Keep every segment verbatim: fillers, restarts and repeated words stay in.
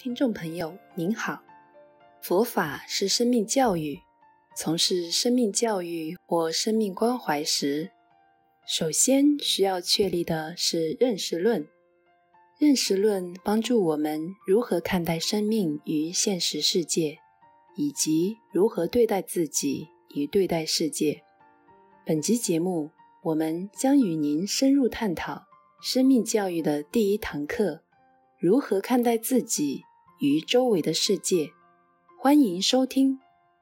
听众朋友您好，佛法是生命教育，从事生命教育或生命关怀时，首先需要确立的是认识论。认识论帮助我们如何看待生命与现实世界，以及如何对待自己与对待世界。本集节目，我们将与您深入探讨生命教育的第一堂课，如何看待自己与周围的世界。欢迎收听。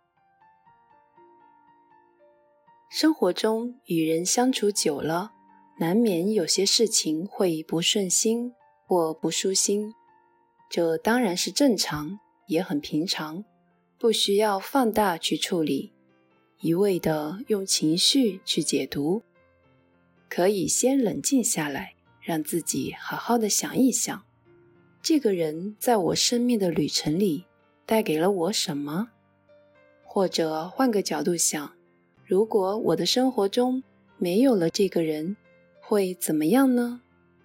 生活中与人相处久了，难免有些事情会不顺心或不舒心，这当然是正常，也很平常，不需要放大去处理，一味的用情绪去解读。可以先冷静下来，让自己好好的想一想，这个人在我生命的旅程里带给了我什么？或者换个角度想，如果我的生活中没有了这个人，会怎么样呢？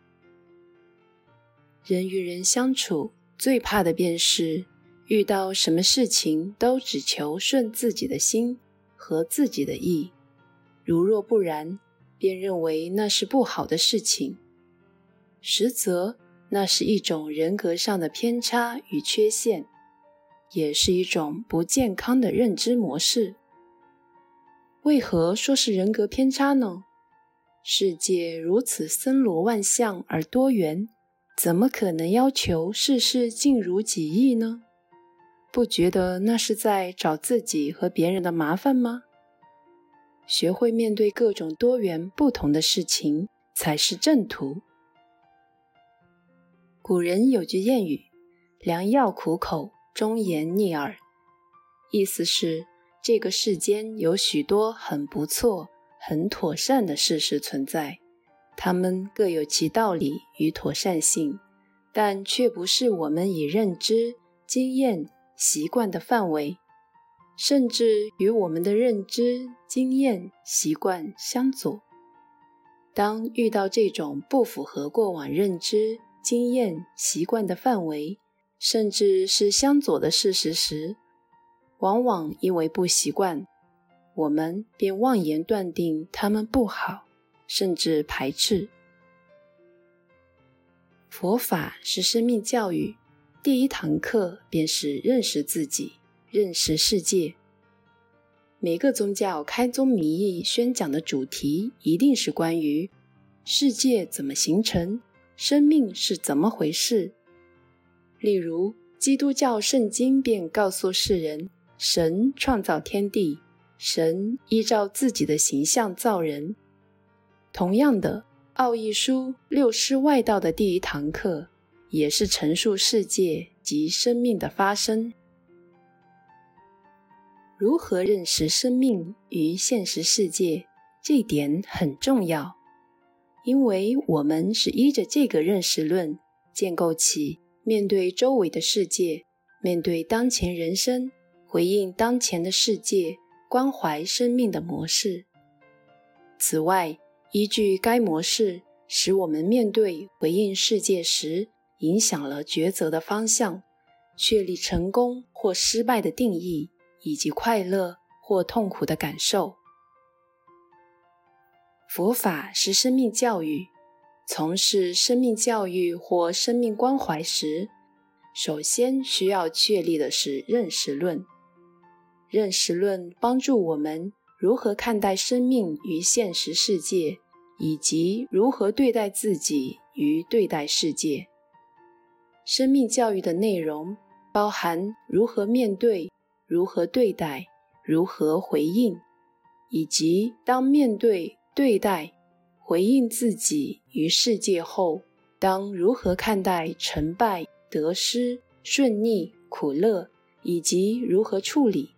人与人相处，最怕的便是遇到什么事情都只求顺自己的心和自己的意，如若不然，便认为那是不好的事情。实则那是一种人格上的偏差与缺陷，也是一种不健康的认知模式。为何说是人格偏差呢？世界如此森罗万象而多元，怎么可能要求事事尽如己意呢？不觉得那是在找自己和别人的麻烦吗？学会面对各种多元不同的事情，才是正途。古人有句谚语，良药苦口，忠言逆耳，意思是这个世间有许多很不错、很妥善的事实存在，它们各有其道理与妥善性，但却不是我们以认知、经验、习惯的范围，甚至与我们的认知、经验、习惯相左。当遇到这种不符合过往认知、经验、习惯的范围，甚至是相左的事实时，往往因为不习惯，我们便妄言断定它们不好，甚至排斥。佛法是生命教育，第一堂课便是认识自己，认识世界。每个宗教开宗明义宣讲的主题一定是关于世界怎么形成，生命是怎么回事。例如，基督教圣经便告诉世人，神创造天地，神依照自己的形象造人。同样的，奥义书六师外道的第一堂课也是陈述世界及生命的发生。如何认识生命与现实世界，这点很重要，因为我们是依着这个认识论建构起面对周围的世界，面对当前人生，回应当前的世界，关怀生命的模式。此外，依据该模式，使我们面对回应世界时，影响了抉择的方向，确立成功或失败的定义，以及快乐或痛苦的感受。佛法是生命教育，从事生命教育或生命关怀时，首先需要确立的是认识论。认识论帮助我们如何看待生命与现实世界，以及如何对待自己与对待世界。生命教育的内容包含如何面对、如何对待、如何回应，以及当面对、对待、回应自己与世界后，当如何看待成败、得失、顺逆、苦乐，以及如何处理。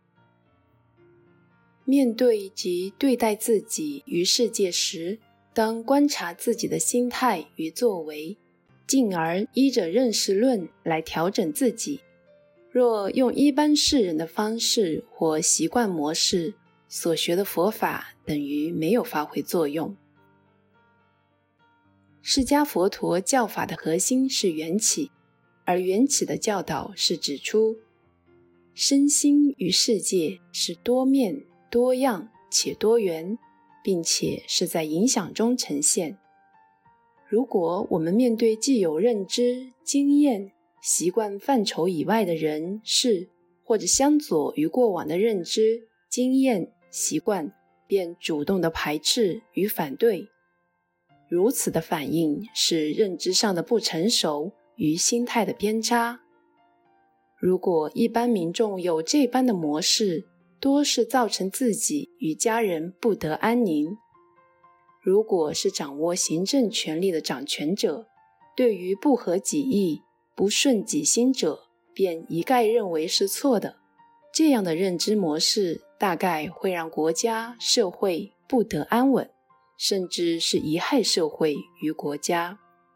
面对及对待自己与世界时，当观察自己的心态与作为，进而依着认识论来调整自己。若用一般世人的方式或习惯模式，所学的佛法等于没有发挥作用。释迦佛陀教法的核心是缘起，而而缘起的教导是指出，身心与世界是多面、多样且多元，并且是在影响中呈现。如果我们面对既有认知、经验、习惯范畴以外的人、事，或者相左于过往的认知、经验、习惯，便主动的排斥与反对，如此的反应是认知上的不成熟与心态的偏差。如果一般民众有这般的模式，多是造成自己与家人不得安宁。如果是掌握行政权力的掌权者，对于不合己意、不顺己心者，便一概认为是错的。这样的认知模式大概会让国家、社会不得安稳，甚至是贻害社会与国家。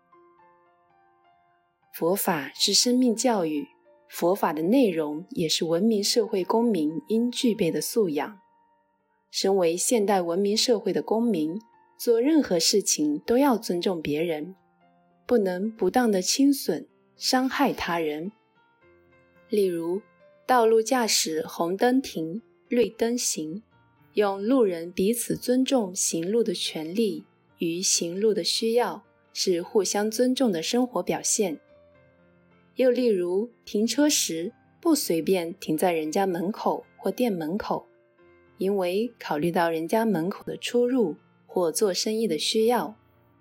佛法是生命教育，佛法的内容也是文明社会公民应具备的素养。身为现代文明社会的公民，做任何事情都要尊重别人，不能不当的轻损、伤害他人。例如，道路驾驶红灯停，绿灯行，用路人彼此尊重行路的权利与行路的需要，是互相尊重的生活表现。又例如，停车时不随便停在人家门口或店门口，因为考虑到人家门口的出入或做生意的需要。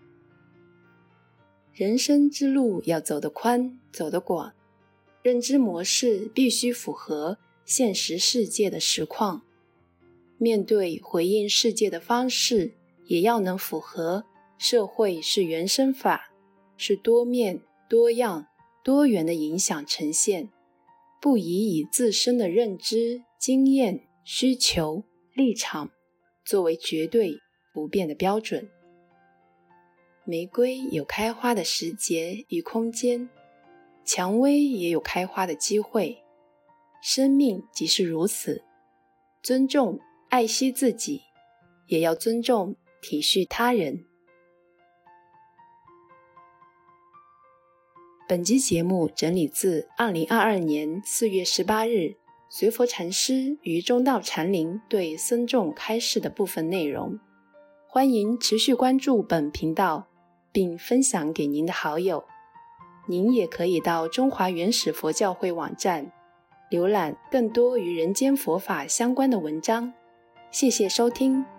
人生之路要走得宽，走得广，认知模式必须符合现实世界的实况，面对回应世界的方式也要能符合社会是原生法，是多面、多样、多元的影响呈现，不宜以自身的认知、经验、需求、立场作为绝对不变的标准。玫瑰有开花的时节与空间，蔷薇也有开花的机会，生命即是如此。尊重、爱惜自己，也要尊重、体恤他人。本集节目整理自二零二二年四月十八日随佛禅师于中道禅林对僧众开示的部分内容。欢迎持续关注本频道，并分享给您的好友。您也可以到中华原始佛教会网站浏览更多与人间佛法相关的文章。谢谢收听。